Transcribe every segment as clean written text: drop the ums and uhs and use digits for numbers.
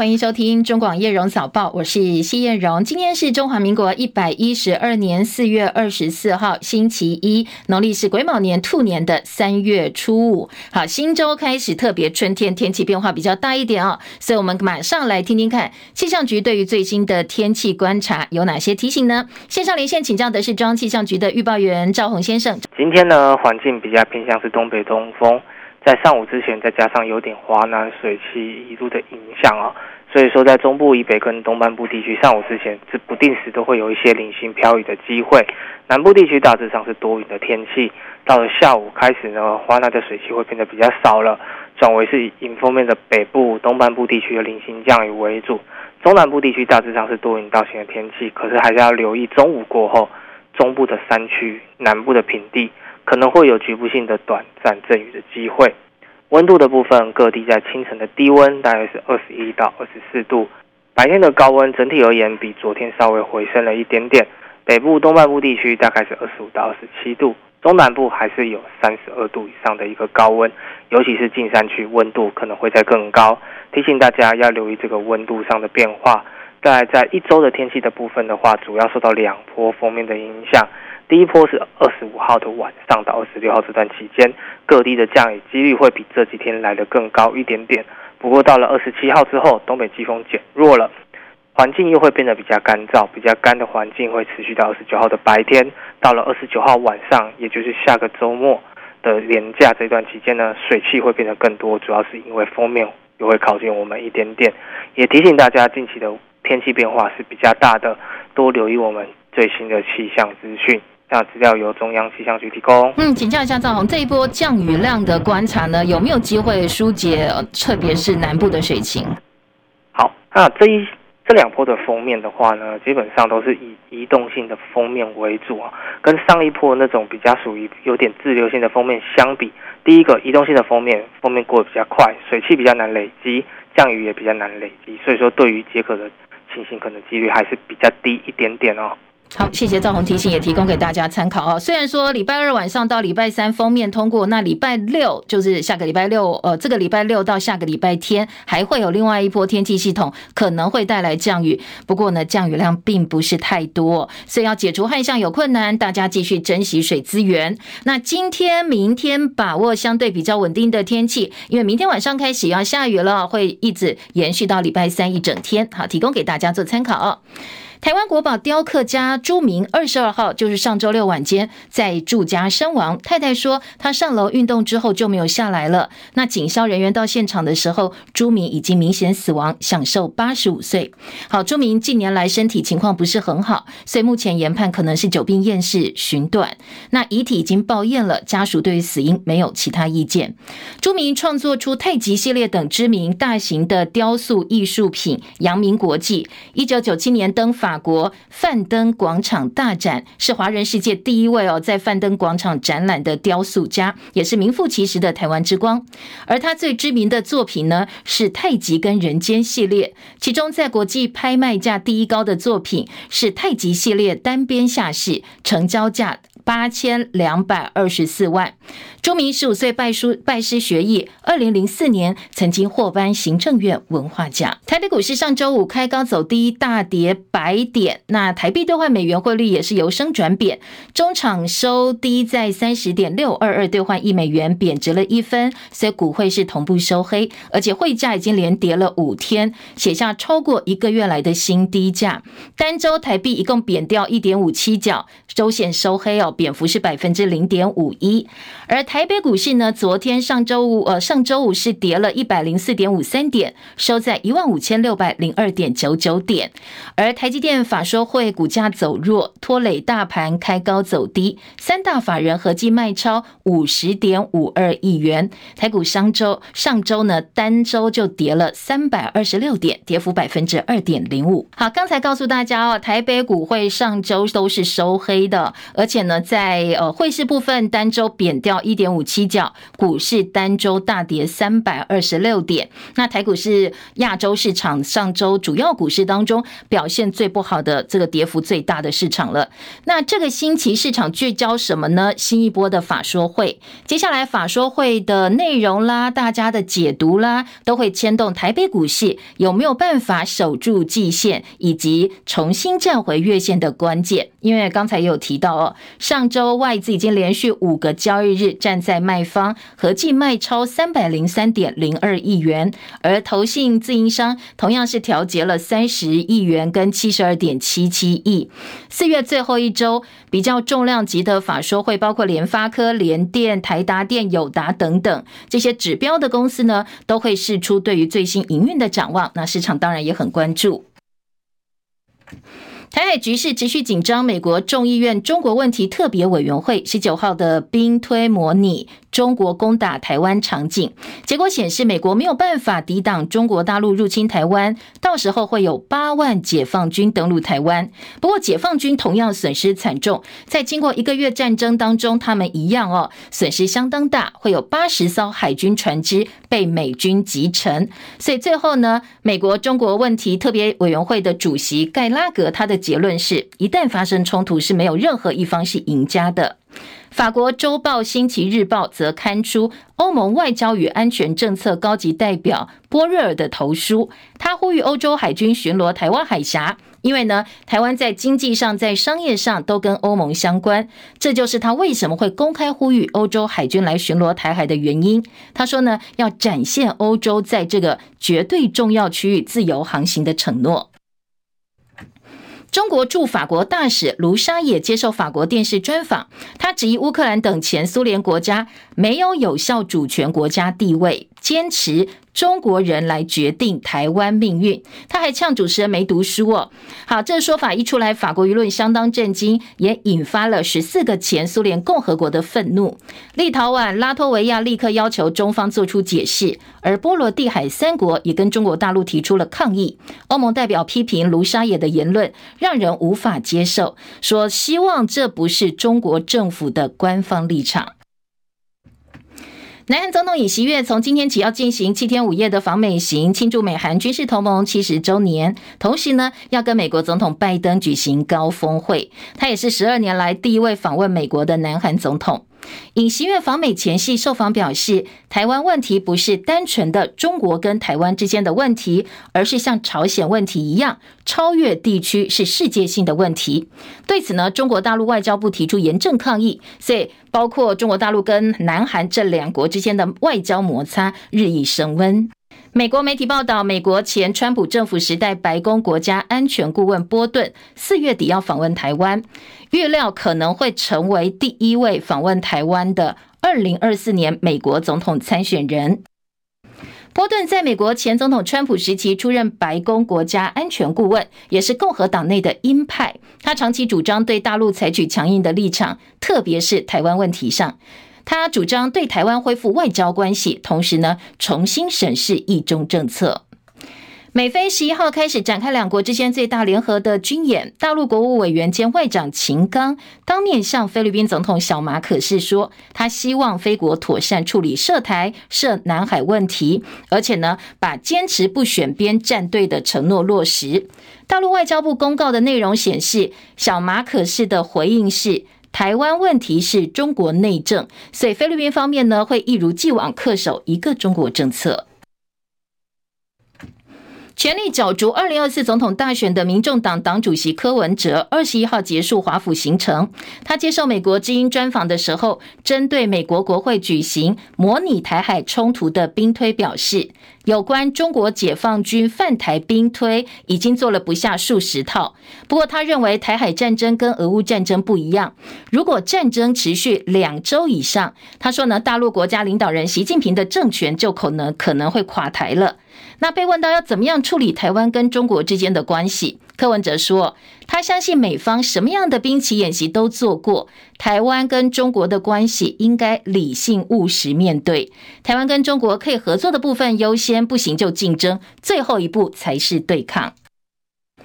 欢迎收听中广叶荣早报，我是谢燕荣。今天是中华民国112年4月24号星期一，农历是癸卯年兔年的3月初5。好，新周开始，特别春天天气变化比较大一点所以我们马上来听听看气象局对于最新的天气观察有哪些提醒呢？线上连线请教的是中央气象局的预报员赵宏先生。 今天呢，环境比较偏向是东北东风，在上午之前再加上有点华南水汽一路的影响所以说在中部以北跟东半部地区上午之前是不定时都会有一些零星飘雨的机会，南部地区大致上是多云的天气。到了下午开始呢，华南的水汽会变得比较少了，转为是以迎风面的北部、东半部地区的零星降雨为主。中南部地区大致上是多云到晴的天气，可是还是要留意中午过后，中部的山区、南部的平地可能会有局部性的短暂阵雨的机会。温度的部分，各地在清晨的低温大约是21到24度，白天的高温整体而言比昨天稍微回升了一点点。北部、东半部地区大概是25到27度，中南部还是有32度以上的一个高温，尤其是近山区温度可能会再更高，提醒大家要留意这个温度上的变化。在一周的天气的部分的话，主要受到2波锋面的影响。第一波是25号的晚上到26号这段期间，各地的降雨几率会比这几天来得更高一点点。不过到了27号之后，东北季风减弱了，环境又会变得比较干燥，比较干的环境会持续到29号的白天。到了29号晚上，也就是下个周末的连假这段期间呢，水汽会变得更多，主要是因为锋面又会靠近我们一点点。也提醒大家，近期的天气变化是比较大的，多留意我们最新的气象资讯。那资料由中央气象局提供。 请教一下赵宏，这一波降雨量的观察呢，有没有机会疏解特别是南部的水情？ 好，那这2波的锋面的话呢，基本上都是以移动性的锋面为主跟上一波那种比较属于有点滞留性的锋面相比，第一个移动性的锋面过得比较快，水汽比较难累积，降雨也比较难累积，所以说对于解渴的情形可能几率还是比较低一点点好，谢谢赵宏提醒，也提供给大家参考虽然说礼拜2晚上到礼拜3锋面通过，那礼拜6就是下个礼拜6，这个礼拜6到下个礼拜天还会有另外一波天气系统可能会带来降雨，不过呢，降雨量并不是太多，所以要解除旱象有困难，大家继续珍惜水资源。那今天、明天把握相对比较稳定的天气，因为明天晚上开始要下雨了，会一直延续到礼拜3一整天。好，提供给大家做参考台湾国宝雕刻家朱明22号就是上周六晚间在住家身亡，太太说他上楼运动之后就没有下来了。那警消人员到现场的时候，朱明已经明显死亡，享受85岁。好，朱明近年来身体情况不是很好，所以目前研判可能是久病厌世寻短。那遗体已经报验了，家属对于死因没有其他意见。朱明创作出太极系列等知名大型的雕塑艺术品，扬名国际。1997年登法国范登广场大展，是华人世界第一位在范登广场展览的雕塑家，也是名副其实的台湾之光。而他最知名的作品呢，是太极跟人间系列，其中在国际拍卖价第一高的作品是太极系列单边下士，成交价8224万。朱明15岁拜师学艺，2004年曾经获颁行政院文化奖。台北股市上周五开高走低，大跌100点，那台币兑换美元汇率也是由升转贬，中场收低在30.622兑换1美元，贬值了1分，所以股汇是同步收黑，而且汇价已经连跌了5天，写下超过1个月来的新低价。单周台币一共贬掉1.57角，周线收黑贬幅是 0.51%。 而台北股市呢，昨天上周五是跌了 104.53 点，收在 15,602.99 点。而台积电法说会股价走弱，拖累大盘开高走低，三大法人合计卖超 50.52 亿元。台股上周呢，单周就跌了326点，跌幅 2.05%。 好，刚才告诉大家台北股会上周都是收黑的，而且呢在汇市部分单周贬掉 7.57角，股市单周大跌326点。那台股是亚洲市场上周主要股市当中表现最不好的，这个跌幅最大的市场了。那这个星期市场聚焦什么呢？新一波的法说会，接下来法说会的内容啦，大家的解读啦，都会牵动台北股市有没有办法守住季线，以及重新站回月线的关键。因为刚才也有提到上周外资已经连续5个交易日站在卖方，合计卖超303.02亿元，而投信自营商同样是调节了30亿元跟72.77亿。4月最后一周比较重量级的法说会，包括联发科、联电、台达电、友达等等这些指标的公司呢，都会释出对于最新营运的展望，那市场当然也很关注。台海局势持续紧张，美国众议院中国问题特别委员会19号的兵推模拟中国攻打台湾场景，结果显示美国没有办法抵挡中国大陆入侵台湾，到时候会有8万解放军登陆台湾。不过解放军同样损失惨重，在经过1个月战争当中，他们一样损失相当大，会有80艘海军船只被美军击沉。所以最后呢，美国中国问题特别委员会的主席盖拉格他的结论是，一旦发生冲突，是没有任何一方是赢家的。法国周报《星期日报》则刊出欧盟外交与安全政策高级代表波瑞尔的投书，他呼吁欧洲海军巡逻台湾海峡，因为呢，台湾在经济上、在商业上都跟欧盟相关，这就是他为什么会公开呼吁欧洲海军来巡逻台海的原因。他说呢，要展现欧洲在这个绝对重要区域自由航行的承诺。中国驻法国大使卢沙野接受法国电视专访，他质疑乌克兰等前苏联国家没有有效主权国家地位，坚持中国人来决定台湾命运。他还呛主持人没读书好，这个说法一出来，法国舆论相当震惊，也引发了14个前苏联共和国的愤怒。立陶宛、拉脱维亚立刻要求中方做出解释，而波罗的海3国也跟中国大陆提出了抗议。欧盟代表批评卢沙野的言论让人无法接受，说希望这不是中国政府的官方立场。南韩总统尹锡悦从今天起要进行7天5夜的访美行，庆祝美韩军事同盟70周年，同时呢，要跟美国总统拜登举行高峰会。他也是12年来第一位访问美国的南韩总统。尹锡悦访美前夕受访表示，台湾问题不是单纯的中国跟台湾之间的问题，而是像朝鲜问题一样，超越地区，是世界性的问题。对此呢，中国大陆外交部提出严正抗议，所以包括中国大陆跟南韩这2国之间的外交摩擦日益升温。美国媒体报道，美国前川普政府时代白宫国家安全顾问波顿4月底要访问台湾，预料可能会成为第1位访问台湾的2024年美国总统参选人。波顿在美国前总统川普时期出任白宫国家安全顾问，也是共和党内的鹰派。他长期主张对大陆采取强硬的立场，特别是台湾问题上。他主张对台湾恢复外交关系，同时呢，重新审视一中政策。美菲11号开始展开2国之间最大联合的军演，大陆国务委员兼外长秦刚当面向菲律宾总统小马可仕说，他希望菲国妥善处理涉台、涉南海问题，而且呢，把坚持不选边站队的承诺落实。大陆外交部公告的内容显示，小马可仕的回应是，台湾问题是中国内政，所以菲律宾方面呢，会一如既往恪守一个中国政策。全力角逐2024总统大选的民众党党主席柯文哲21号结束华府行程。他接受美国之音专访的时候，针对美国国会举行模拟台海冲突的兵推表示，有关中国解放军犯台兵推已经做了不下数十套。不过他认为台海战争跟俄乌战争不一样，如果战争持续2周以上，他说呢，大陆国家领导人习近平的政权就可能会垮台了。那被问到要怎么样处理台湾跟中国之间的关系，柯文哲说，他相信美方什么样的兵棋演习都做过，台湾跟中国的关系应该理性务实面对，台湾跟中国可以合作的部分优先，不行就竞争，最后一步才是对抗。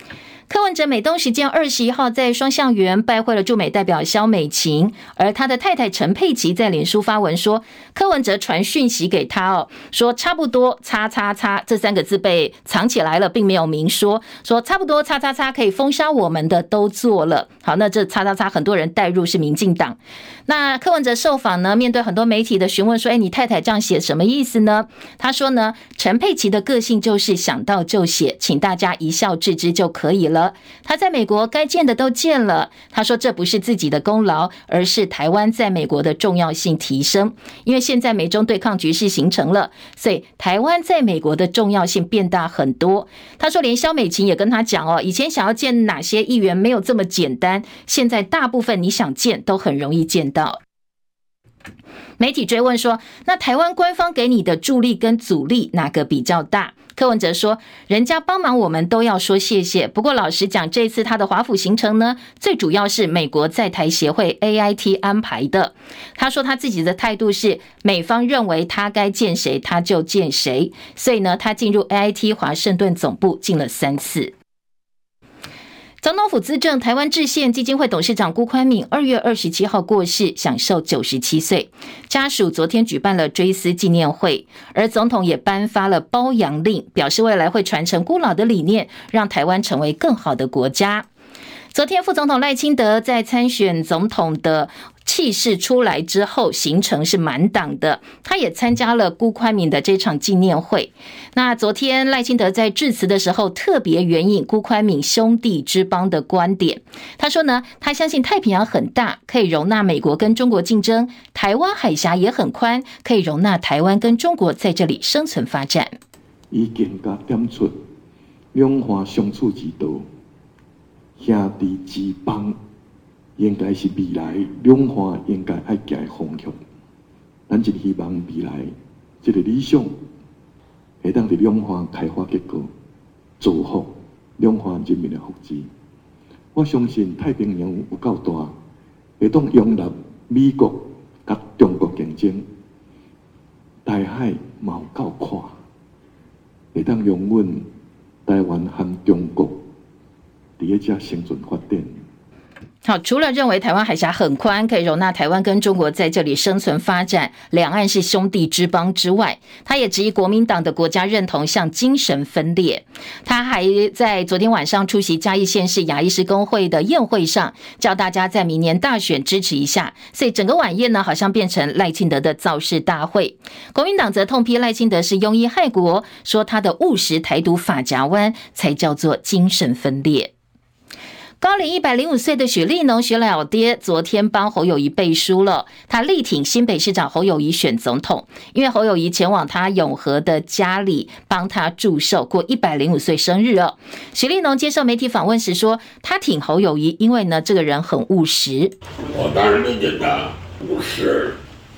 柯文哲美东时间21号在双橡园拜会了驻美代表萧美琴，而他的太太陈佩琪在脸书发文说，柯文哲传讯息给他说差不多叉叉叉这3个字被藏起来了，并没有明说，说差不多叉叉叉可以封杀我们的都做了。好，那这叉叉叉很多人带入是民进党。那柯文哲受访呢，面对很多媒体的询问说，你太太这样写什么意思呢？他说呢，陈佩琪的个性就是想到就写，请大家一笑置之就可以了。他在美国该见的都见了，他说这不是自己的功劳，而是台湾在美国的重要性提升，因为现在美中对抗局势形成了，所以台湾在美国的重要性变大很多。他说连萧美琴也跟他讲以前想要见哪些议员没有这么简单，现在大部分你想见都很容易见到。媒体追问说，那台湾官方给你的助力跟阻力哪个比较大？柯文哲说，人家帮忙我们都要说谢谢，不过老实讲，这次他的华府行程呢，最主要是美国在台协会 AIT 安排的。他说他自己的态度是，美方认为他该见谁他就见谁，所以呢，他进入 AIT 华盛顿总部进了3次。总统府资政台湾制宪基金会董事长辜宽敏2月27号过世，享寿97岁。家属昨天举办了追思纪念会，而总统也颁发了褒扬令，表示未来会传承辜老的理念，让台湾成为更好的国家。昨天副总统赖清德在参选总统的气势出来之后，行程是满档的，他也参加了辜宽敏的这场纪念会。那昨天赖清德在致辞的时候特别援引辜宽敏兄弟之邦的观点，他说呢，他相信太平洋很大，可以容纳美国跟中国竞争，台湾海峡也很宽，可以容纳台湾跟中国在这里生存发展。 已经甲点出两岸相处之道，兄弟之邦应该是未来两岸应该爱行的方向。咱就希望未来这个理想会当伫两岸开花结果，造福两岸人民的福祉。我相信太平洋有够大，会当容纳美国甲中国竞争。台海嘛有够宽，会当容允台湾和中国伫咧遮生存发展。 好，除了认为台湾海峡很宽，可以容纳台湾跟中国在这里生存发展，两岸是兄弟之邦之外，他也质疑国民党的国家认同像精神分裂。他还在昨天晚上出席嘉义县市牙医师公会的宴会上，叫大家在明年大选支持一下，所以整个晚宴呢，好像变成赖清德的造势大会。国民党则痛批赖清德是庸医害国，说他的务实台独法夹湾才叫做精神分裂。高龄105岁的许立农许老爹昨天帮侯友宜背书了，他力挺新北市长侯友宜选总统，因为侯友宜前往他永和的家里帮他祝寿，过105岁生日哦。许立农接受媒体访问时说，他挺侯友宜，因为呢这个人很务实。 我当然理解他务实，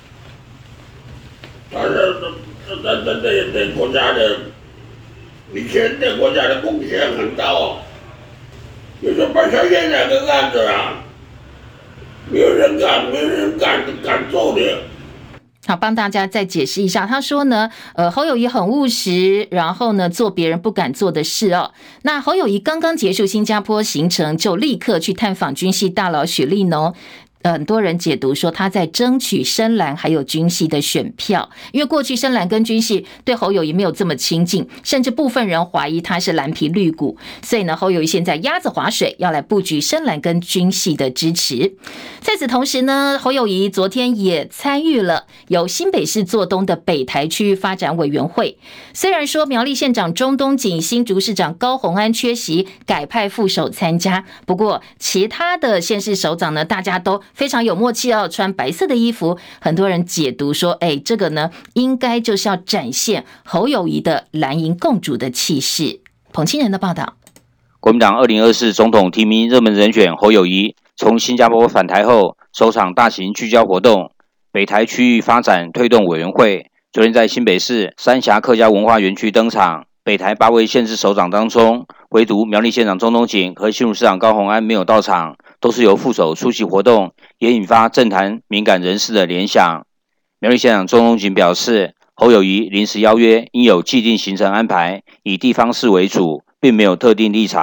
当然对国家的以前对国家的贡献很大哦。有时候把小县长给按着啊，没有人敢做的。 好，帮大家再解释一下，他说呢，侯友宜很务实，然后呢做别人不敢做的事哦。那侯友宜刚刚结束新加坡行程，就立刻去探访军系大佬许立农。很多人解读说他在争取深蓝还有军系的选票，因为过去深蓝跟军系对侯友宜没有这么亲近，甚至部分人怀疑他是蓝皮绿骨，所以呢，侯友宜现在鸭子划水，要来布局深蓝跟军系的支持。在此同时呢，侯友宜昨天也参与了由新北市做东的北台区域发展委员会。虽然说苗栗县长钟东锦、新竹市长高虹安缺席，改派副手参加，不过其他的县市首长呢，大家都非常有默契哦，穿白色的衣服，很多人解读说，这个呢，应该就是要展现侯友宜的蓝营共主的气势。彭清仁的报道。 国民党2024总统提名热门人选侯友宜从新加坡返台后，首场大型聚焦活动，北台区域发展推动委员会昨天在新北市三峡客家文化园区登场。北台8位县市首长当中，唯独苗栗县长钟东锦和新竹市长高虹安没有到场，都是由副手出席活动，也引发政坛敏感人士的联想。苗栗县长钟东锦表示，侯友宜临时邀约应有既定行程安排，以地方事为主，并没有特定立场，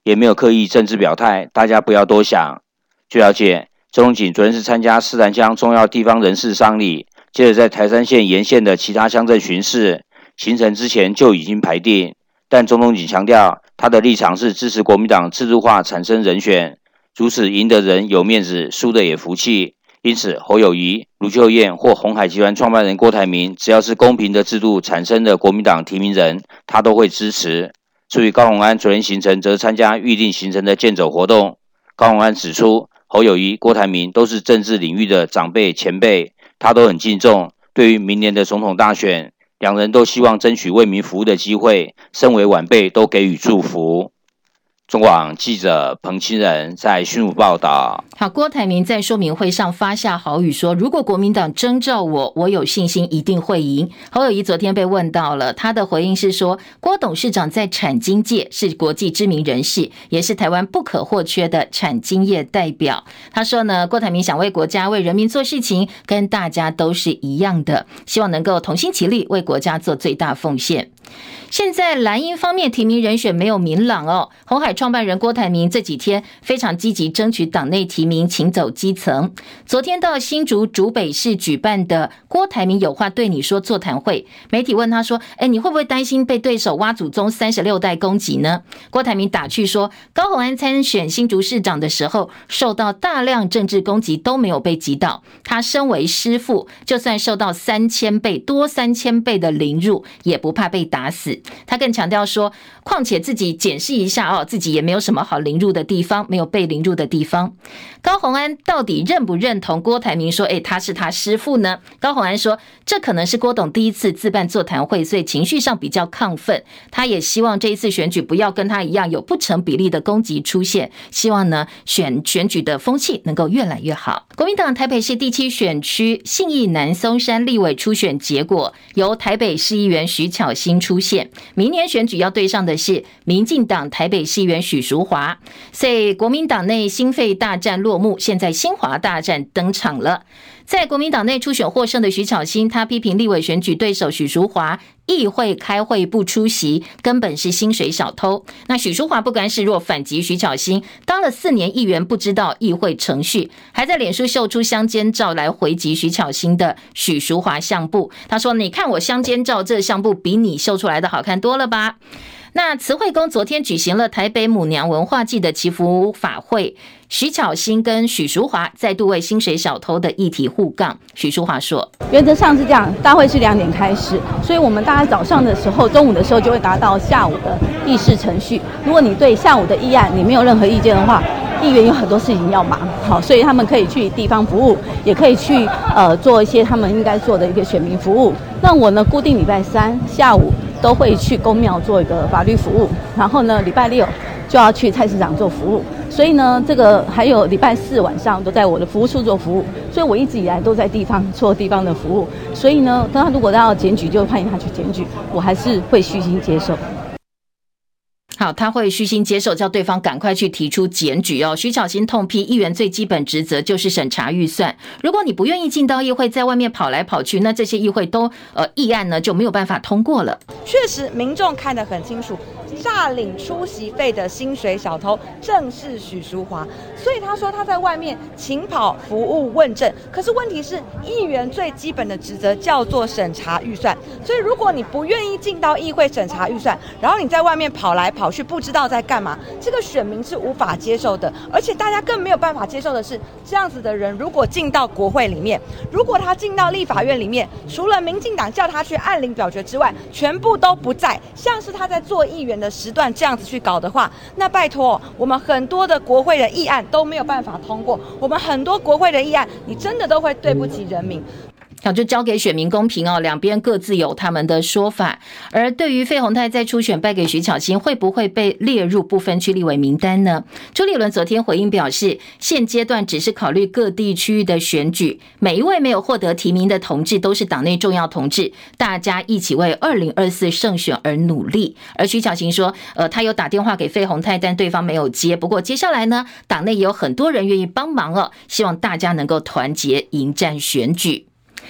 也没有刻意政治表态，大家不要多想。据了解，周荣锦昨天是参加斯兰乡重要地方人士丧礼，接着在台山县沿线的其他乡镇巡视，行程之前就已经排定。但周荣锦强调，他的立场是支持国民党制度化产生人选，如此赢得人有面子，输的也服气。因此，侯友宜、卢秀燕或鸿海集团创办人郭台铭，只要是公平的制度产生的国民党提名人，他都会支持。至于高虹安昨天行程则参加预定行程的健走活动。高虹安指出，侯友宜、郭台铭都是政治领域的长辈前辈，他都很敬重。对于明年的总统大选，两人都希望争取为民服务的机会，身为晚辈都给予祝福。中广记者彭清仁在新竹报道。 好，郭台铭在说明会上发下豪语说，如果国民党征召我有信心一定会赢。侯友宜昨天被问到了，他的回应是说，郭董事长在产经界是国际知名人士，也是台湾不可或缺的产经业代表。他说呢，郭台铭想为国家为人民做事情，跟大家都是一样的，希望能够同心齐力为国家做最大奉献。现在蓝营方面提名人选没有明朗哦。鸿海创办人郭台铭这几天非常积极争取党内提名，请走基层。昨天到新竹竹北市举办的郭台铭有话对你说座谈会，媒体问他说，你会不会担心被对手挖祖宗36代攻击呢？郭台铭打趣说，高虹安参选新竹市长的时候受到大量政治攻击都没有被击倒，他身为师父，就算受到3000倍多3000倍的凌辱也不怕被打死。他更强调说，况且自己检视一下自己也没有什么好凌辱的地方，没有被凌辱的地方。高虹安到底认不认同郭台铭说他是他师父呢？高虹安说，这可能是郭董第一次自办座谈会，所以情绪上比较亢奋。他也希望这一次选举不要跟他一样有不成比例的攻击出现，希望呢选举的风气能够越来越好。国民党台北市第7选区信义南松山立委初选结果，由台北市议员徐巧芯出现。明年选举要对上的是民进党台北市议员许淑华，所以国民党内新废大战落幕，现在新华大战登场了。在国民党内初选获胜的徐巧芯，他批评立委选举对手许淑华议会开会不出席，根本是薪水小偷。那许淑华不甘示弱，反击徐巧芯，当了4年议员不知道议会程序，还在脸书秀出乡间照来回击徐巧芯的许淑华相簿。他说，你看我乡间照这相簿比你秀出来的好看多了吧。那慈惠宫昨天举行了台北母娘文化祭的祈福法会，徐巧芯跟许淑华再度为薪水小偷的议题互杠。许淑华说， 原则上是这样，大会是2点开始，所以我们大概早上的时候、中午的时候就会达到下午的议事程序。如果你对下午的议案你没有任何意见的话，议员有很多事情要忙，好，所以他们可以去地方服务，也可以去做一些他们应该做的一个选民服务。那我呢，固定礼拜3下午都会去公庙做一个法律服务，然后呢，礼拜6就要去菜市场做服务。所以呢，这个还有礼拜4晚上都在我的服务处做服务，所以我一直以来都在地方做地方的服务。所以呢，他如果要检举，就欢迎他去检举，我还是会虚心接受。 好，他会虚心接受，叫对方赶快去提出检举哦。徐巧芯痛批议员最基本职责就是审查预算，如果你不愿意进到议会，在外面跑来跑去，那这些议会都议案呢就没有办法通过了。 确实，民众看得很清楚，诈领出席费的薪水小偷正是许淑华，所以他说他在外面勤跑服务问政。可是问题是，议员最基本的职责叫做审查预算，所以如果你不愿意进到议会审查预算，然后你在外面跑来跑去不知道在干嘛，这个选民是无法接受的。而且大家更没有办法接受的是，这样子的人如果进到国会里面，如果他进到立法院里面，除了民进党叫他去按铃表决之外，全部都不在，像是他在做议员的时段这样子去搞的话，那拜托，我们很多的国会的议案都没有办法通过，我们很多国会的议案，你真的都会对不起人民。 就交给选民公平哦，两边各自有他们的说法。而对于费鸿泰在初选败给徐巧芯，会不会被列入不分区立委名单呢？朱立伦昨天回应表示，现阶段只是考虑各地区域的选举，每一位没有获得提名的同志都是党内重要同志，大家一起为2024胜选而努力。而徐巧芯说，他有打电话给费鸿泰，但对方没有接。不过接下来呢，党内也有很多人愿意帮忙哦，希望大家能够团结迎战选举。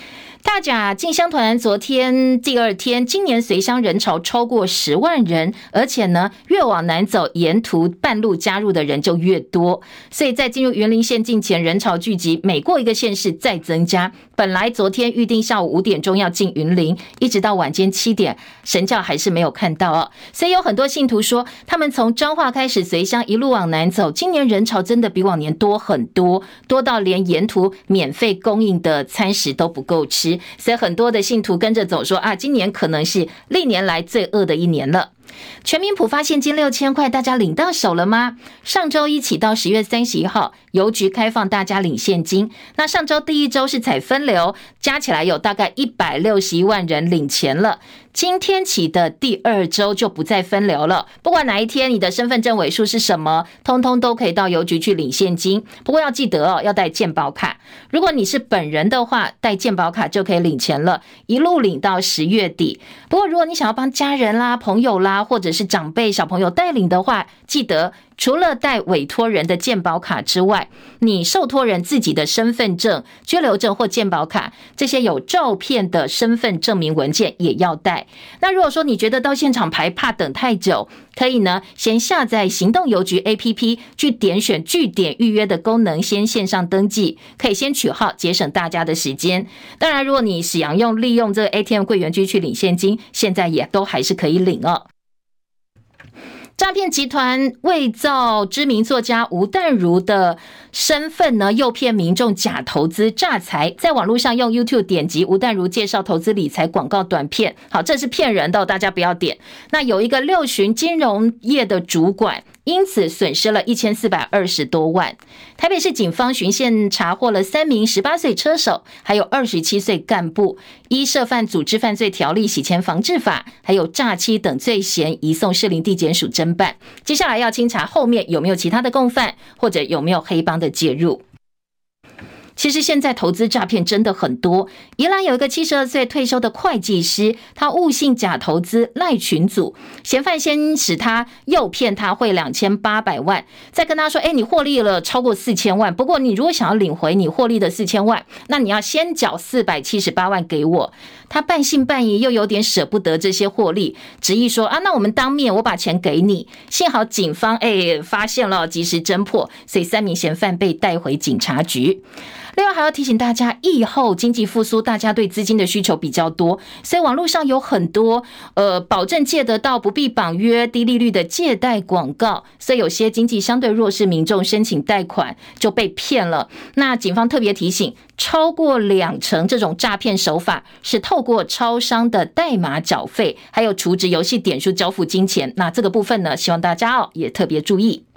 大甲进香团昨天第二天，今年随香人潮超过10万人，而且呢，越往南走，沿途半路加入的人就越多，所以在进入云林县境前，人潮聚集，每过一个县市再增加。本来昨天预定下午5点钟要进云林，一直到晚间7点，神教还是没有看到哦。所以有很多信徒说，他们从彰化开始随香，一路往南走，今年人潮真的比往年多很多，多到连沿途免费供应的餐食都不够吃。所以很多的信徒跟着走说今年可能是历年来最饿的一年了。全民普发现金6000块，大家领到手了吗？上周一起到10月31号，邮局开放大家领现金。那上周第一周是采分流，加起来有大概161万人领钱了。今天起的第2周就不再分流了，不管哪一天你的身份证尾数是什么，通通都可以到邮局去领现金。不过要记得要带健保卡。如果你是本人的话，带健保卡就可以领钱了，一路领到10月底。不过如果你想要帮家人啦、朋友啦，或者是长辈、小朋友带领的话，记得除了带委托人的健保卡之外，你受托人自己的身份证、居留证或健保卡，这些有照片的身份证明文件也要带。那如果说你觉得到现场排怕等太久，可以呢先下载行动邮局 APP， 去点选据点预约的功能，先线上登记，可以先取号，节省大家的时间。当然如果你想利用这个 ATM 柜员机去领现金，现在也都还是可以领哦。诈骗集团伪造知名作家吴淡如的身份呢，诱骗民众假投资诈财，在网络上用 YouTube 点击吴淡如介绍投资理财广告短片。好，这是骗人的，大家不要点。那有一个6旬金融业的主管，因此损失了1420多万。台北市警方循线查获了3名18岁车手，还有27岁干部，依涉犯组织犯罪条例、洗钱防治法，还有诈欺等罪嫌，移送士林地检署侦办。接下来要清查后面有没有其他的共犯，或者有没有黑帮的介入。其实现在投资诈骗真的很多。宜兰有一个72岁退休的会计师，他误信假投资赖群组，嫌犯先使他诱骗他汇2800万，再跟他说你获利了超过4000万，不过你如果想要领回你获利的4000万，那你要先缴478万给我。他半信半疑，又有点舍不得这些获利，执意说那我们当面我把钱给你。幸好警方发现了，及时侦破，所以3名嫌犯被带回警察局。另外还要提醒大家，疫后经济复苏，大家对资金的需求比较多，所以网络上有很多保证借得到、不必绑约、低利率的借贷广告，所以有些经济相对弱势民众申请贷款就被骗了。那警方特别提醒，超过20%这种诈骗手法是透过超商的代码缴费，还有储值游戏点数交付金钱。那这个部分呢，希望大家也特别注意。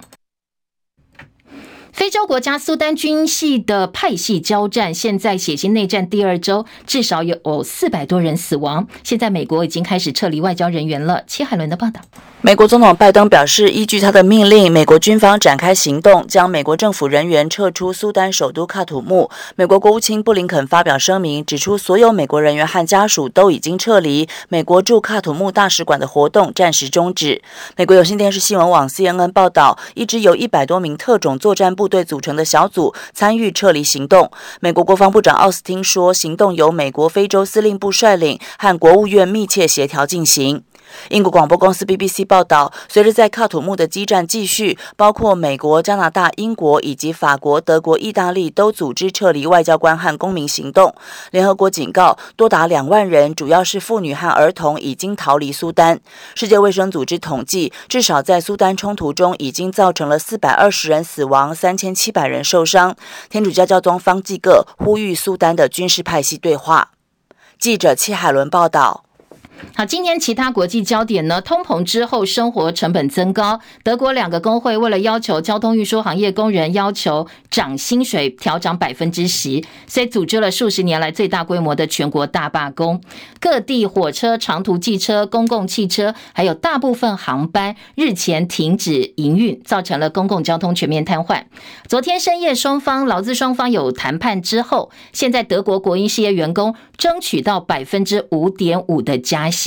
非洲国家苏丹军系的派系交战，现在血腥内战第2周，至少有400多人死亡。现在美国已经开始撤离外交人员了。戚海伦的报道。 美国总统拜登表示，依据他的命令，美国军方展开行动，将美国政府人员撤出苏丹首都喀土穆。美国国务卿布林肯发表声明，指出所有美国人员和家属都已经撤离，美国驻喀土穆大使馆的活动暂时终止。美国有线电视新闻网 CNN 报道，一支由100多名特种作战部队组成的小组参与撤离行动。美国国防部长奥斯汀说，行动由美国非洲司令部率领，和国务院密切协调进行。英国广播公司 BBC 报道，随着在喀土穆的激战继续，包括美国、加拿大、英国以及法国、德国、意大利都组织撤离外交官和公民行动。联合国警告，多达2万人，主要是妇女和儿童，已经逃离苏丹。世界卫生组织统计，至少在苏丹冲突中已经造成了420人死亡，3700人受伤。天主教教宗方济各呼吁苏丹的军事派系对话。记者戚海伦报道。 好，今天其他国际焦点呢？通膨之后，生活成本增高。德国2个工会为了要求交通运输行业工人要求涨薪水，调涨10%，所以组织了数十年来最大规模的全国大罢工。各地火车、长途汽车、公共汽车，还有大部分航班日前停止营运，造成了公共交通全面瘫痪。昨天深夜，劳资双方有谈判之后，现在德国国营事业员工争取到5.5%的加薪。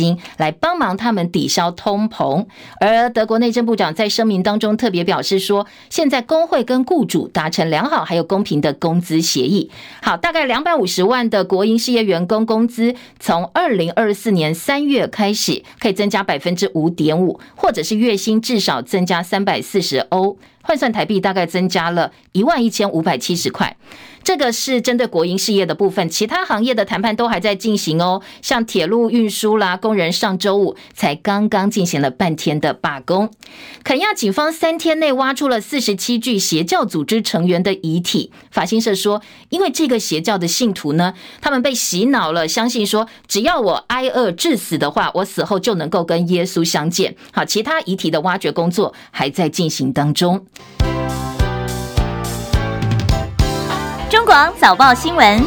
金来帮忙他们抵消通膨。而德国内政部长在声明当中特别表示说，现在工会跟雇主达成良好还有公平的工资协议。好，大概250万的国营事业员工工资从2024年3月开始可以增加 5.5%， 或者是月薪至少增加340欧，换算台币大概增加了11570块。这个是针对国营事业的部分，其他行业的谈判都还在进行哦。像铁路运输啦，工人上周五才刚刚进行了半天的罢工。肯亚警方3天内挖出了47具邪教组织成员的遗体。法新社说，因为这个邪教的信徒呢，他们被洗脑了，相信说只要我挨饿致死的话，我死后就能够跟耶稣相见。好，其他遗体的挖掘工作还在进行当中。 中广早报新闻。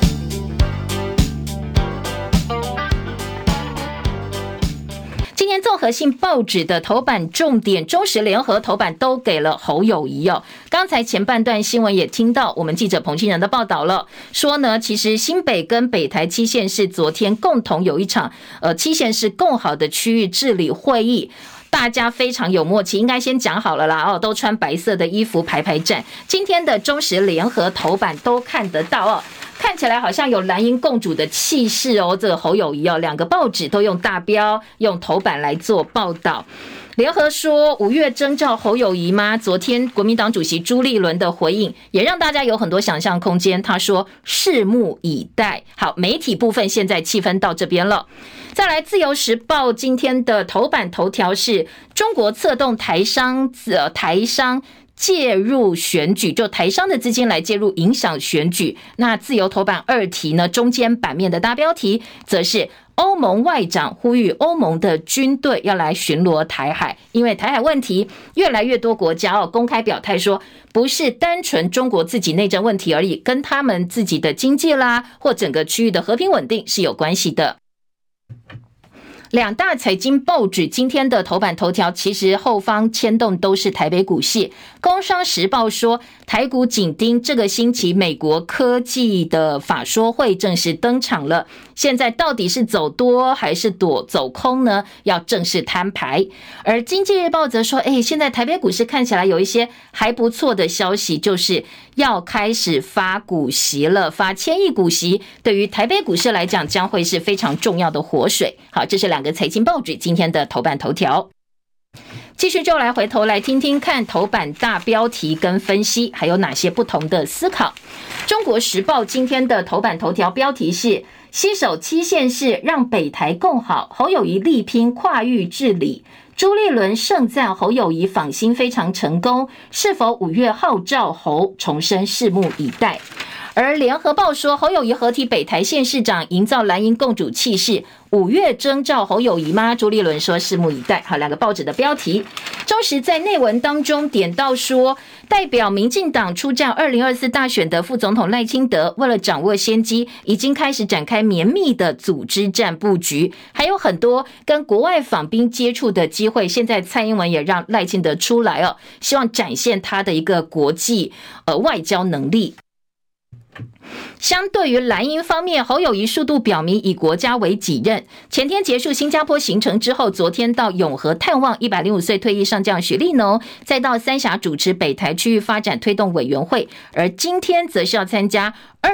今天综合性报纸的头版重点，中时联合头版都给了侯友宜哦。刚才前半段新闻也听到我们记者彭清仁的报道了，说呢，其实新北跟北台7县市昨天共同有一场7县市共好的区域治理会议。大家非常有默契，应该先讲好了啦哦，都穿白色的衣服排站。今天的中时联合头版都看得到哦，看起来好像有蓝营共主的气势哦。这个侯友宜哦，两个报纸都用大标用头版来做报道。联合说5月征召侯友宜吗？昨天国民党主席朱立伦的回应也让大家有很多想象空间。他说拭目以待。好，媒体部分现在气氛到这边了。再来，自由时报今天的头版头条是中国策动台商介入选举，就台商的资金来介入影响选举。那自由头版2题呢，中间版面的大标题则是欧盟外长呼吁欧盟的军队要来巡逻台海，因为台海问题越来越多国家公开表态说，不是单纯中国自己内政问题而已，跟他们自己的经济啦或整个区域的和平稳定是有关系的。两大财经报纸今天的头版头条，其实后方牵动都是台北股市。工商时报说，台股紧盯这个星期美国科技的法说会正式登场了，现在到底是走多还是走空呢？要正式摊牌。而经济日报则说，现在台北股市看起来有一些还不错的消息，就是要开始发股息了，发1000亿股息，对于台北股市来讲将会是非常重要的活水。好，这是两个财经报纸今天的头版头条。继续就来回头来听听看头版大标题跟分析还有哪些不同的思考。中国时报今天的头版头条标题是携手7县市让北台共好，侯友宜力拼跨域治理。朱立伦盛赞侯友宜访新非常成功，是否5月号召侯重申，拭目以待。而联合报说，侯友宜合体北台县市长，营造蓝营共主气势，5月征召侯友宜吗？朱立伦说拭目以待。好，两个报纸的标题。中时在内文当中点到说，代表民进党出战2024大选的副总统赖清德，为了掌握先机，已经开始展开绵密的组织战布局，还有很多跟国外访宾接触的机会。现在蔡英文也让赖清德出来哦，希望展现他的一个国际外交能力。相对于蓝营方面，侯友宜数度表明以国家为己任。前天结束新加坡行程之后，昨天到永和探望105岁退役上将许立农，再到三峡主持北台区域发展推动委员会，而今天则是要参加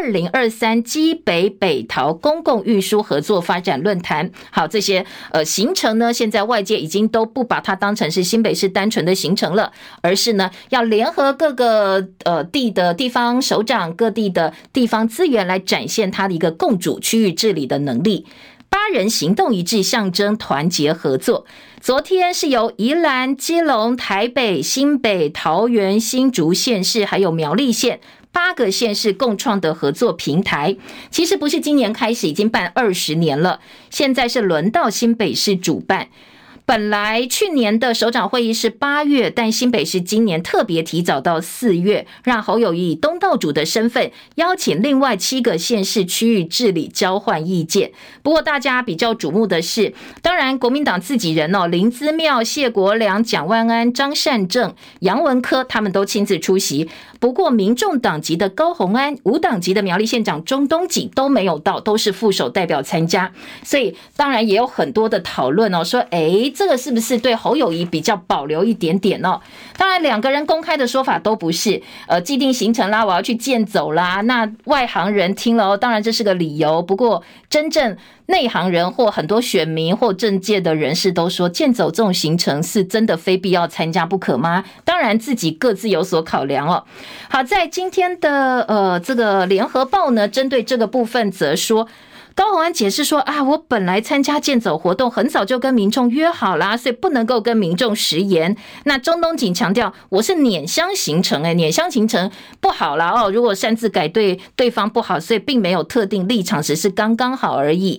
2023基北北桃公共运输合作发展论坛。好，这些行程呢，现在外界已经都不把它当成是新北市单纯的行程了，而是呢要联合各个地的地方首长、各地的地方资源来展现它的一个共主区域治理的能力。8人行动一致，象征团结合作。昨天是由宜兰、基隆、台北、新北、桃园、新竹县市还有苗栗县8个县市共创的合作平台，其实不是今年开始，已经办20年了，现在是轮到新北市主办。 本来去年的首长会议是8月，但新北市今年特别提早到4月，让侯友宜以东道主的身份邀请另外7个县市区域治理交换意见。不过大家比较瞩目的是，当然国民党自己人林姿妙、谢国良、蒋万安、张善政、杨文科他们都亲自出席。不过民众党籍的高虹安、无党籍的苗栗县长钟东锦都没有到，都是副手代表参加。所以当然也有很多的讨论说这个是不是对侯友宜比较保留一点点当然两个人公开的说法都不是既定行程啦，我要去健走啦，那外行人听了当然这是个理由。不过真正内行人或很多选民或政界的人士都说，健走这种行程是真的非必要参加不可吗？当然自己各自有所考量好，在今天的这个联合报呢，针对这个部分则说，高虹安解释说我本来参加健走活动很早就跟民众约好啦，所以不能够跟民众食言。那钟东锦强调，我是碾香行程碾香行程不好啦如果擅自改对对方不好，所以并没有特定立场，只是刚刚好而已。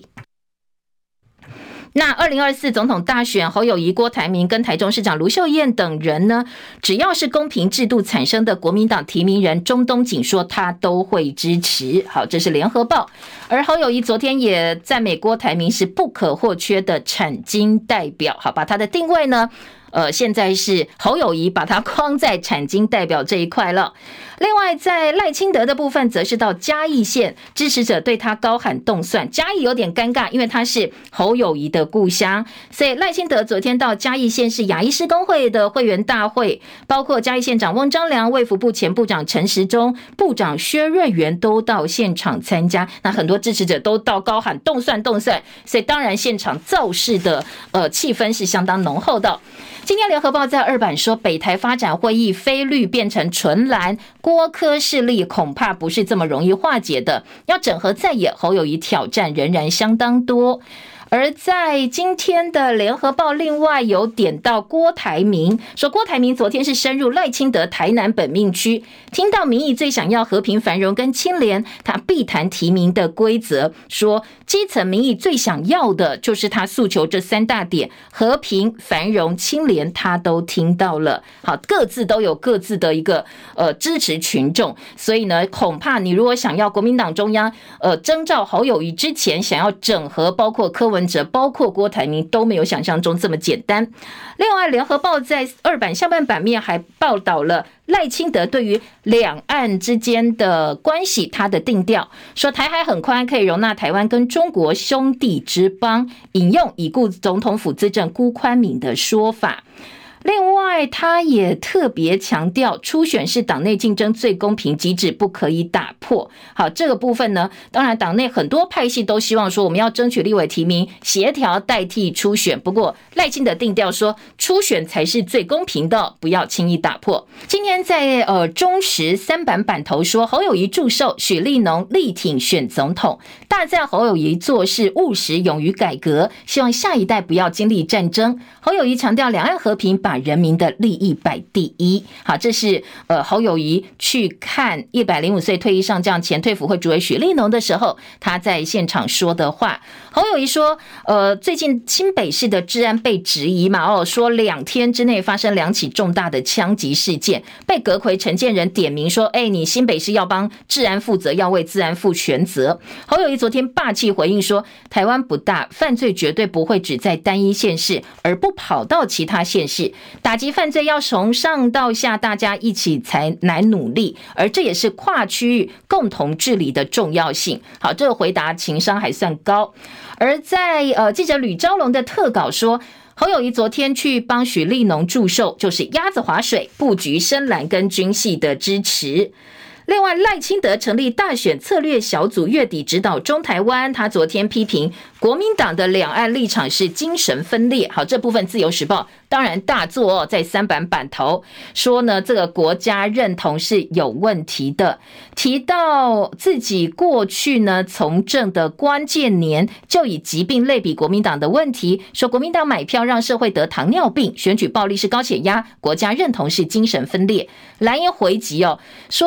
那2024总统大选，侯友宜、郭台铭跟台中市长卢秀燕等人呢，只要是公平制度产生的国民党提名人钟东锦说他都会支持。好，这是联合报。而侯友宜昨天也赞美郭台铭是不可或缺的产经代表。好，把他的定位呢现在是侯友宜把他框在产经代表这一块了。另外在赖清德的部分则是到嘉义县，支持者对他高喊动算。嘉义有点尴尬，因为他是侯友宜的故乡，所以赖清德昨天到嘉义县是亚医师公会的会员大会，包括嘉义县长翁章良、卫福部前部长陈时中、部长薛瑞元都到现场参加。那很多支持者都到高喊动算动算，所以当然现场造势的气氛是相当浓厚的。今天联合报在2版说，北台发展会议非绿变成纯蓝，郭柯势力恐怕不是这么容易化解的，要整合在野，侯友宜挑战仍然相当多。而在今天的联合报另外有点到郭台铭，说郭台铭昨天是深入赖清德台南本命区，听到民意最想要和平繁荣跟清廉，他必谈提名的规则，说基层民意最想要的就是他诉求这3大点，和平繁荣清廉他都听到了。好，各自都有各自的一个支持群众，所以呢恐怕你如果想要国民党中央征召侯友宜之前想要整合包括柯文哲包括郭台铭都没有想象中这么简单。另外联合报在2版下半版面还报道了赖清德对于两岸之间的关系他的定调，说台海很宽，可以容纳台湾跟中国兄弟之邦，引用已故总统府资政辜宽敏的说法。另外他也特别强调，初选是党内竞争最公平机制，不可以打破。好，这个部分呢，当然党内很多派系都希望说我们要争取立委提名协调代替初选，不过赖清德定调说初选才是最公平的，不要轻易打破。今天在中时3版版头说，侯友宜祝寿许立农力挺选总统，大赞侯友宜做事务实，勇于改革，希望下一代不要经历战争。侯友宜强调两岸和平，把人民的利益摆第一。好，这是侯友宜去看105岁退役上将前退辅会主委许立农的时候，他在现场说的话。侯友宜说最近新北市的治安被质疑嘛，说2天之内发生2起重大的枪击事件，被阁揆陈建仁点名说你新北市要帮治安负责，要为治安负全责。侯友宜昨天霸气回应说，台湾不大，犯罪绝对不会只在单一县市，而不跑到其他县市，打击犯罪要从上到下大家一起才来努力，而这也是跨区域共同治理的重要性。好，这个回答情商还算高。而在记者吕昭龙的特稿说，侯友宜昨天去帮许立农祝寿，就是鸭子划水，布局深蓝跟军系的支持。另外赖清德成立大选策略小组，月底指导中台湾，他昨天批评国民党的两岸立场是精神分裂。好，这部分自由时报当然大作在3版版头说呢，这个国家认同是有问题的，提到自己过去呢从政的关键年就以疾病类比国民党的问题，说国民党买票让社会得糖尿病，选举暴力是高血压，国家认同是精神分裂。蓝营回击说你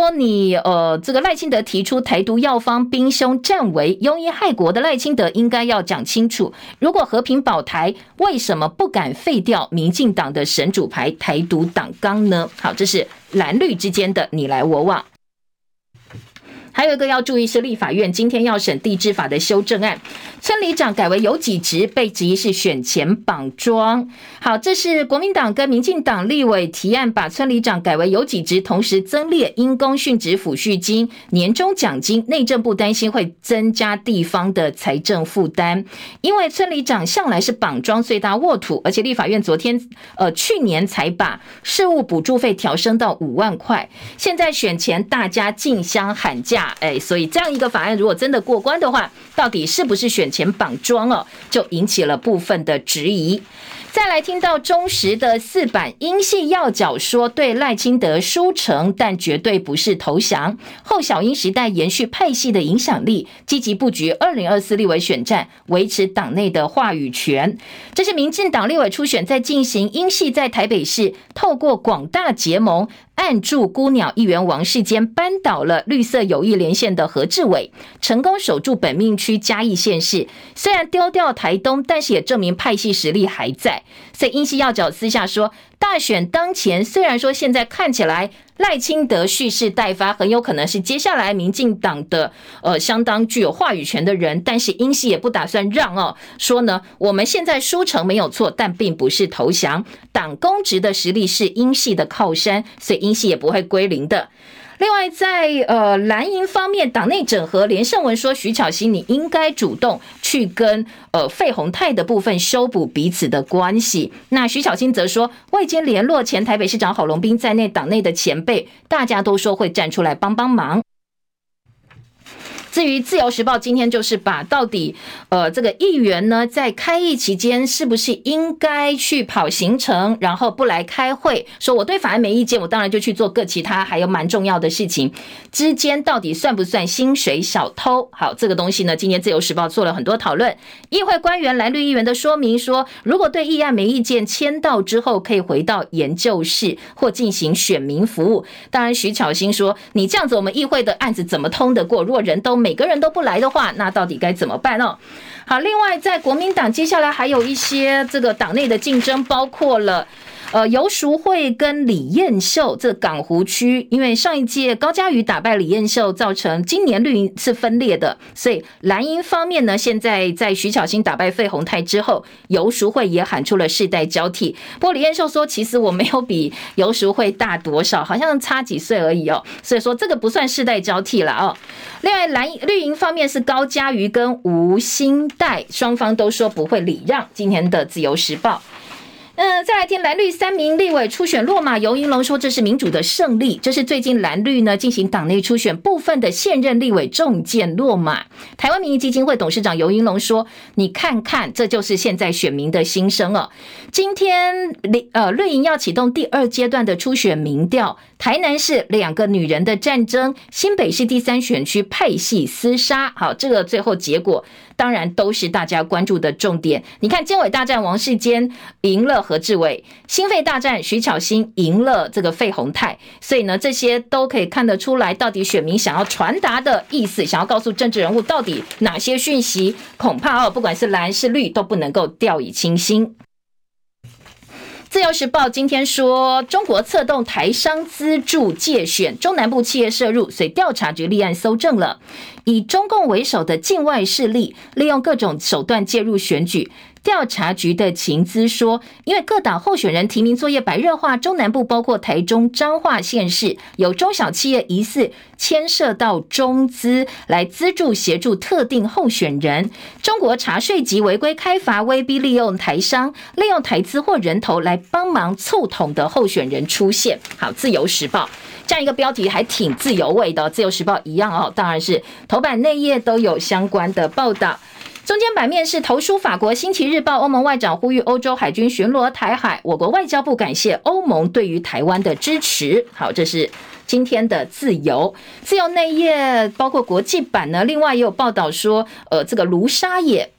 以这个赖清德提出台独药方兵凶战危，用意害国的赖清德应该要讲清楚，如果和平保台，为什么不敢废掉民进党的神主牌台独党纲呢？好，这是蓝绿之间的你来我往。还有一个要注意是立法院今天要审地制法的修正案，村里长改为有几职，被质疑是选前绑桩。好，这是国民党跟民进党立委提案，把村里长改为有几职，同时增列因公殉职抚恤金、年终奖金。内政部担心会增加地方的财政负担，因为村里长向来是绑桩最大沃土，而且立法院去年才把事务补助费调升到5万块，现在选前大家竞相喊价，所以这样一个法案如果真的过关的话，到底是不是选前绑桩哦，就引起了部分的质疑。再来听到中时的4版英系要角说对赖清德输诚，但绝对不是投降，后小英时代延续派系的影响力，积极布局2024立委选战，维持党内的话语权。这是民进党立委初选在进行，英系在台北市透过广大结盟按住孤鸟议员王世坚，扳倒了绿色有意连线的何志伟，成功守住本命区嘉义县市。虽然丢掉台东，但是也证明派系实力还在。所以英系要角私下说，大选当前，虽然说现在看起来赖清德蓄势待发，很有可能是接下来民进党的相当具有话语权的人，但是英系也不打算让哦，说呢我们现在输成没有错，但并不是投降，党公职的实力是英系的靠山，所以英系也不会归零的。另外在蓝营方面，党内整合，连胜文说徐巧芯你应该主动去跟费鸿泰的部分修补彼此的关系。那徐巧芯则说，我已经联络前台北市长郝龙斌在内党内的前辈，大家都说会站出来帮帮忙。至于自由时报今天就是把到底这个议员呢在开议期间是不是应该去跑行程，然后不来开会，说我对法案没意见，我当然就去做各其他还有蛮重要的事情，之间到底算不算薪水小偷？好，这个东西呢今天自由时报做了很多讨论。议会官员蓝绿议员的说明说，如果对议案没意见，签到之后可以回到研究室或进行选民服务。当然徐巧芯说，你这样子我们议会的案子怎么通得过？如果每个人都不来的话，那到底该怎么办哦？好，另外在国民党接下来还有一些这个党内的竞争，包括了游淑慧跟李彦秀，这港湖区，因为上一届高嘉瑜打败李彦秀，造成今年绿营是分裂的，所以蓝营方面呢，现在在徐巧芯打败费鸿泰之后，游淑慧也喊出了世代交替。不过李彦秀说，其实我没有比游淑慧大多少，好像差几岁而已哦，所以说这个不算世代交替了哦。另外绿营方面是高嘉瑜跟吴欣岱，双方都说不会礼让。今天的自由时报。再来听蓝绿3名立委初选落马，游盈隆说这是民主的胜利，这是最近蓝绿呢进行党内初选部分的现任立委中箭落马。台湾民意基金会董事长游盈隆说，你看看这就是现在选民的心声哦。今天绿营要启动第2阶段的初选民调，台南市2个女人的战争，新北市第3选区派系厮杀，好，这个最后结果当然都是大家关注的重点。你看监委大战王世坚赢了何志伟，新废大战徐巧芯赢了这个费鸿泰，所以呢这些都可以看得出来，到底选民想要传达的意思，想要告诉政治人物到底哪些讯息，恐怕不管是蓝是绿都不能够掉以轻心。自由时报今天说，中国策动台商资助介选，中南部企业涉入，所以调查局立案搜证了。以中共为首的境外势力利用各种手段介入选举。调查局的情资说，因为各党候选人提名作业白热化，中南部包括台中、彰化县市有中小企业疑似牵涉到中资来资助协助特定候选人。中国查税及违规开罚，威逼利用台商、利用台资或人头来帮忙促统的候选人出现。好，自由时报这样一个标题还挺自由味的，自由时报一样哦，当然是头版内页都有相关的报道。中间版面是投书法国星期日报，欧盟外长呼吁欧洲海军巡逻台海，我国外交部感谢欧盟对于台湾的支持。好，这是今天的自由内页，包括国际版呢。另外也有报道说，这个卢沙野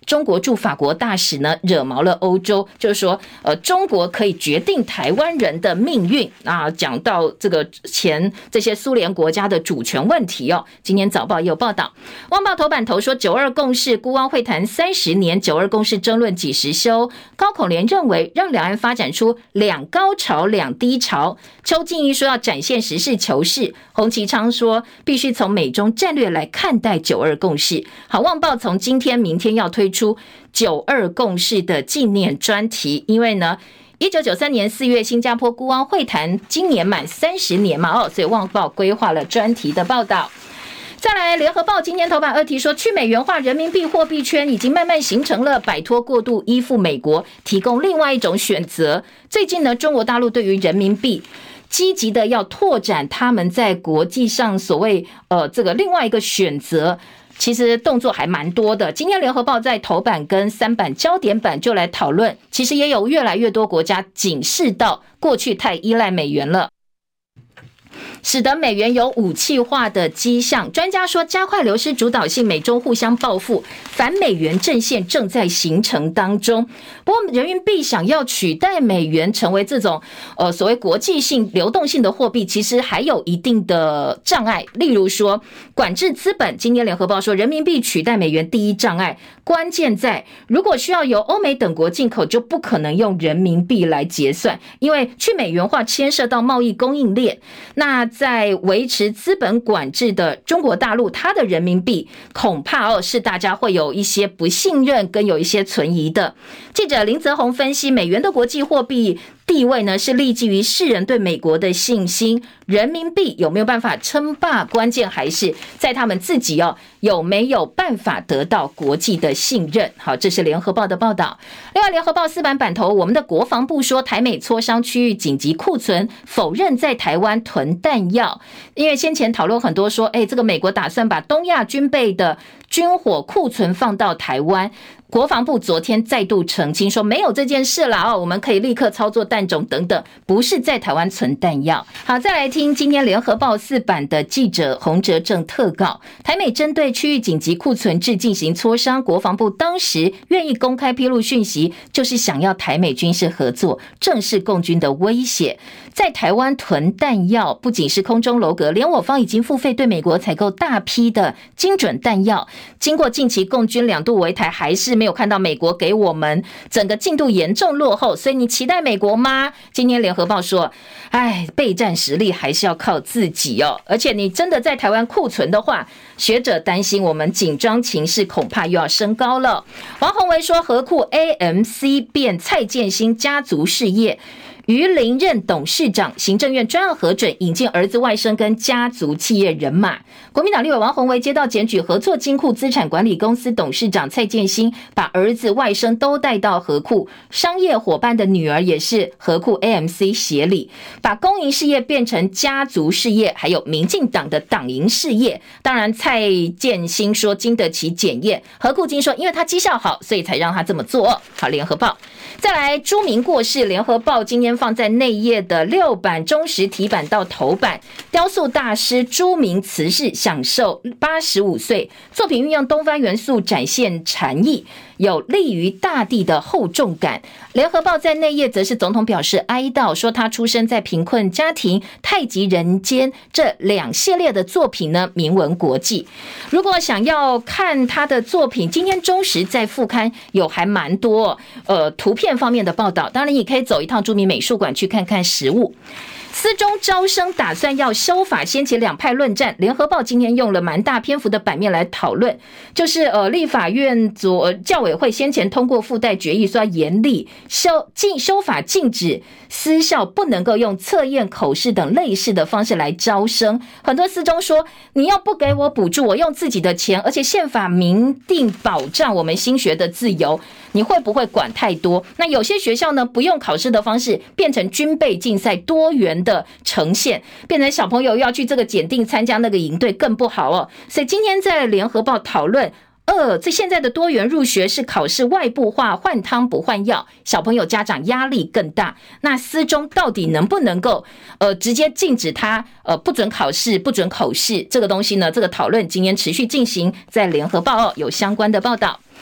中国驻法国大使呢惹毛了欧洲，就是说中国可以决定台湾人的命运啊，讲到这个前这些苏联国家的主权问题哦。今天早报也有报道，旺报头版头说9·2共识孤汪会谈30年，9·2共识争论几时休？高孔连认为让两岸发展出2高潮2低潮，邱进一说要展现实事求是，洪其昌说必须从美中战略来看待9·2共识。好，旺报从今天明天要推出9·2共识的纪念专题，因为呢1993年4月新加坡孤汪会谈今年满30年嘛，所以旺报规划了专题的报道。再来，联合报今天头版2题说，去美元化人民币货币圈已经慢慢形成了，摆脱过度依附美国，提供另外一种选择。最近呢，中国大陆对于人民币积极的要拓展他们在国际上所谓这个另外一个选择，其实动作还蛮多的。今天联合报在头版跟3版焦点版就来讨论，其实也有越来越多国家警示到过去太依赖美元了，使得美元有武器化的迹象。专家说，加快流失主导性，美中互相报复，反美元阵线正在形成当中。不过，人民币想要取代美元成为这种所谓国际性流动性的货币，其实还有一定的障碍。例如说，管制资本。今天联合报说，人民币取代美元第一障碍，关键在如果需要由欧美等国进口，就不可能用人民币来结算，因为去美元化牵涉到贸易供应链。那在维持资本管制的中国大陆，它的人民币恐怕是大家会有一些不信任跟有一些存疑的。记者林泽宏分析，美元的国际货币地位呢，是立基于世人对美国的信心，人民币有没有办法称霸，关键还是在他们自己有没有办法得到国际的信任。好，这是联合报的报道。另外，联合报4版版头，我们的国防部说台美磋商区域紧急库存，否认在台湾囤弹药。因为先前讨论很多说，这个美国打算把东亚军备的军火库存放到台湾，国防部昨天再度澄清说没有这件事啦，我们可以立刻操作弹种等等，不是在台湾存弹药。好，再来听今天联合报4版的记者洪哲正特稿，台美针对区域紧急库存制进行磋商，国防部当时愿意公开披露讯息，就是想要台美军事合作，正是共军的威胁。在台湾囤弹药不仅是空中楼阁，连我方已经付费对美国采购大批的精准弹药，经过近期共军2度围台，还是没有看到美国给我们，整个进度严重落后，所以你期待美国吗？今天联合报说，备战实力还是要靠自己而且你真的在台湾库存的话，学者担心我们紧张情势恐怕又要升高了。王宏维说，合库 AMC 变蔡建新家族事业，于林任董事长，行政院专案核准引进儿子外甥跟家族企业人马。国民党立委王宏维接到检举，合作金库资产管理公司董事长蔡建新把儿子外甥都带到合库，商业伙伴的女儿也是合库 AMC 协理，把公营事业变成家族事业，还有民进党的党营事业。当然蔡建新说经得起检验，合库金说因为他绩效好，所以才让他这么做。好，联合报。再来，朱明过世，联合报今天放在内页的6版中时题版到头版，雕塑大师朱明辞世，享受85岁，作品运用东方元素展现禅意，有利于大地的厚重感。联合报在内页则是总统表示哀悼，说他出生在贫困家庭，太极人间这2系列的作品呢名闻国际。如果想要看他的作品，今天中时在副刊有还蛮多图片方面的报道，当然也可以走一趟著名美术馆去看看实物。私中招生打算要修法，掀起2派论战。联合报今天用了蛮大篇幅的版面来讨论，就是立法院教委会先前通过附带决议，说要严厉修法，禁止私校不能够用测验、口试等类似的方式来招生。很多私中说，你要不给我补助，我用自己的钱，而且宪法明定保障我们新学的自由，你会不会管太多？那有些学校呢，不用考试的方式，变成军备竞赛多元的呈现，变成小朋友要去这个检定参加那个营队更不好所以今天在联合报讨论这现在的多元入学是考试外部化，换汤不换药，小朋友家长压力更大。那私中到底能不能够直接禁止他不准考试、不准口试这个东西呢？这个讨论今天持续进行，在联合报有相关的报道。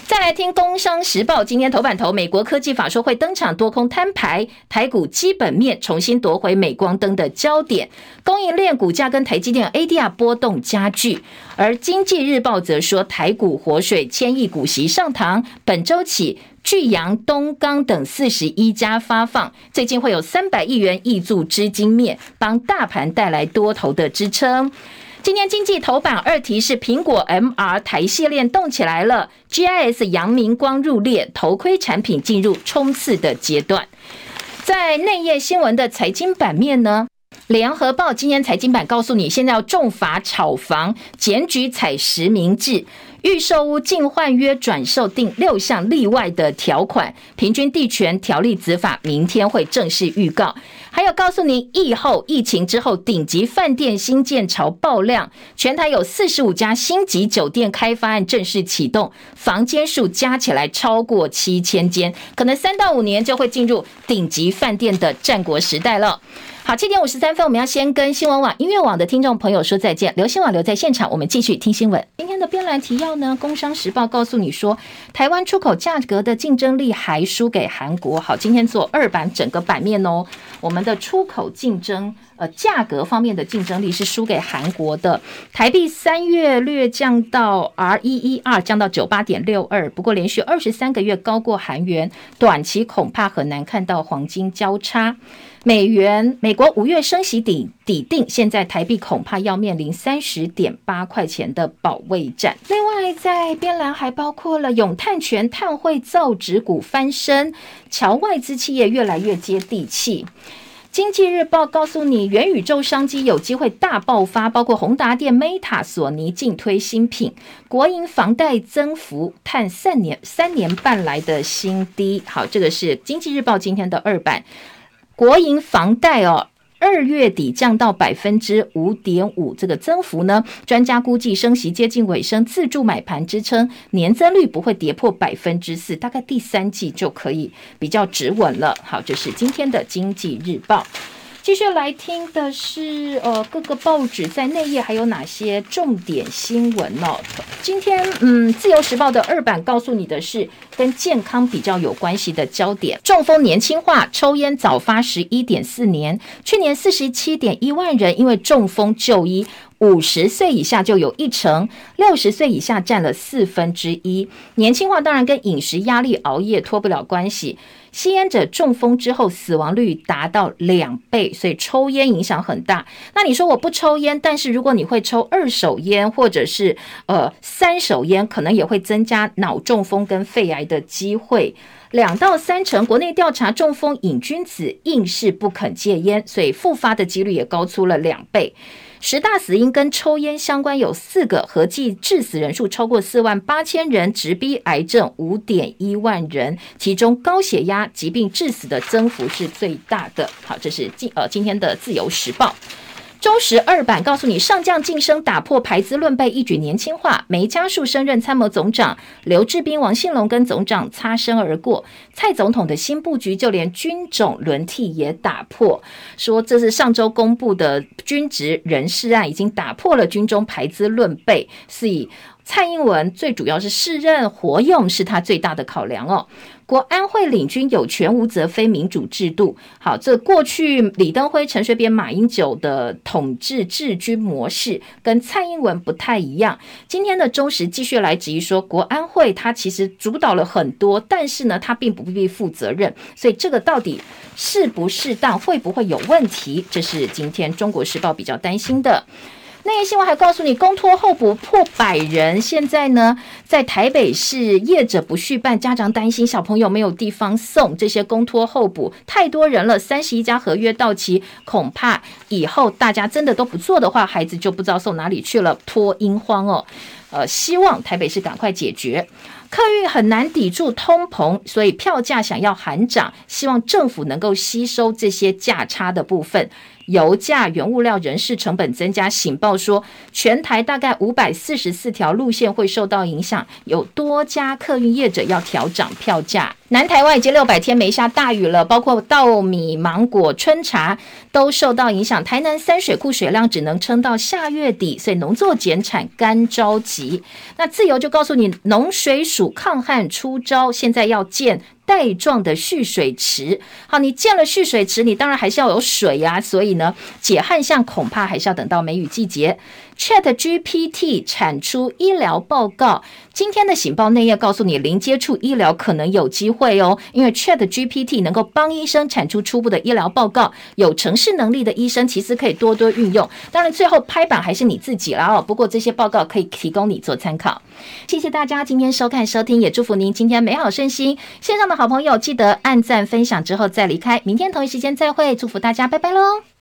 再来听《工商时报》今天头版头，美国科技法说会登场，多空摊牌，台股基本面重新夺回镁光灯的焦点，供应链股价跟台积电 ADR 波动加剧。而《经济日报》则说，台股活水，1000亿股息上膛，本周起巨阳、东钢等41家发放，最近会有300亿元挹注资金面，帮大盘带来多头的支撑。今天经济头版二题是苹果 MR 台系链动起来了 ，GIS 阳明光入列，头盔产品进入冲刺的阶段。在内页新闻的财经版面呢，联合报今天财经版告诉你，现在要重罚炒房，检举采实名制。预售屋净换约转售定6项例外的条款，平均地权条例执法明天会正式预告。还有告诉你，疫情之后顶级饭店新建潮爆量，全台有45家星级酒店开发案正式启动，房间数加起来超过7000间，可能3到5年就会进入顶级饭店的战国时代了。好，7点53分，我们要先跟新闻网、音乐网的听众朋友说再见。流行网留在现场，我们继续听新闻。今天的编栏提要呢，《工商时报》告诉你说，台湾出口价格的竞争力还输给韩国。好，今天做2版整个版面哦，我们的出口竞争。价格方面的竞争力是输给韩国的，台币3月略降到 R112， 降到 98.62， 不过连续23个月高过韩元，短期恐怕很难看到黄金交叉。美国5月升息底定，现在台币恐怕要面临 30.8 块钱的保卫战。另外在编栏还包括了永泰全、碳汇造纸股翻身，侨外资企业越来越接地气。经济日报告诉你，元宇宙商机有机会大爆发，包括宏达电、Meta、索尼竞推新品，国营房贷增幅探3年半来的新低。好，这个是经济日报今天的2版，国营房贷2月底降到 5.5%， 这个增幅呢，专家估计升息接近尾声，自住买盘支撑，年增率不会跌破 4%， 大概第3季就可以比较止稳了。好，这是今天的经济日报。继续来听的是各个报纸在内页还有哪些重点新闻哦？今天自由时报的2版告诉你的是跟健康比较有关系的焦点，中风年轻化，抽烟早发 11.4 年，去年 47.1 万人因为中风就医，50岁以下就有1成，60岁以下占了1/4。年轻化当然跟饮食压力、熬夜脱不了关系。吸烟者中风之后死亡率达到2倍，所以抽烟影响很大。那你说我不抽烟，但是如果你会抽2手烟或者是3手烟，可能也会增加脑中风跟肺癌的机会。2到3成国内调查中风瘾君子硬是不肯戒烟，所以复发的几率也高出了2倍。10大死因跟抽烟相关有4个，合计致死人数超过48000人，直逼癌症5.1万人，其中高血压疾病致死的增幅是最大的。好，这是今天的自由时报。中时2版告诉你，上将晋升打破排资论辈，一举年轻化，梅家树升任参谋总长，刘志斌、王信龙跟总长擦身而过。蔡总统的新布局，就连军种轮替也打破，说这是上周公布的军职人事案，已经打破了军中排资论辈，是以蔡英文最主要是适任活用是他最大的考量哦。国安会领军有权无责非民主制度，好，这过去李登辉、陈水扁、马英九的统治治军模式跟蔡英文不太一样。今天的中时继续来质疑说，国安会他其实主导了很多，但是呢，他并不必负责任，所以这个到底适不适当，会不会有问题？这是今天中国时报比较担心的。内页新闻还告诉你，公托候补破100人，现在呢，在台北市业者不续办，家长担心小朋友没有地方送，这些公托候补太多人了，31家合约到期，恐怕以后大家真的都不做的话，孩子就不知道送哪里去了，托婴荒哦。希望台北市赶快解决。客运很难抵住通膨，所以票价想要喊涨，希望政府能够吸收这些价差的部分。油价、原物料、人事成本增加，醒报说全台大概544条路线会受到影响，有多家客运业者要调涨票价。 南台湾已经600天没下大雨了，包括稻米、芒果、春茶都受到影响。台南3水库水量只能撑到下月底，所以农作减产干着急。那自由就告诉你，农水署抗旱出招，现在要建带状的蓄水池。好，你建了蓄水池，你当然还是要有水呀，所以呢，解旱象恐怕还是要等到梅雨季节。ChatGPT 产出医疗报告，今天的醒报内页告诉你，零接触医疗可能有机会哦，因为 ChatGPT 能够帮医生产出初步的医疗报告，有程式能力的医生其实可以多多运用。当然，最后拍板还是你自己啦哦。不过这些报告可以提供你做参考。谢谢大家今天收看收听，也祝福您今天美好顺心。线上的好朋友记得按赞分享之后再离开，明天同一时间再会，祝福大家，拜拜喽。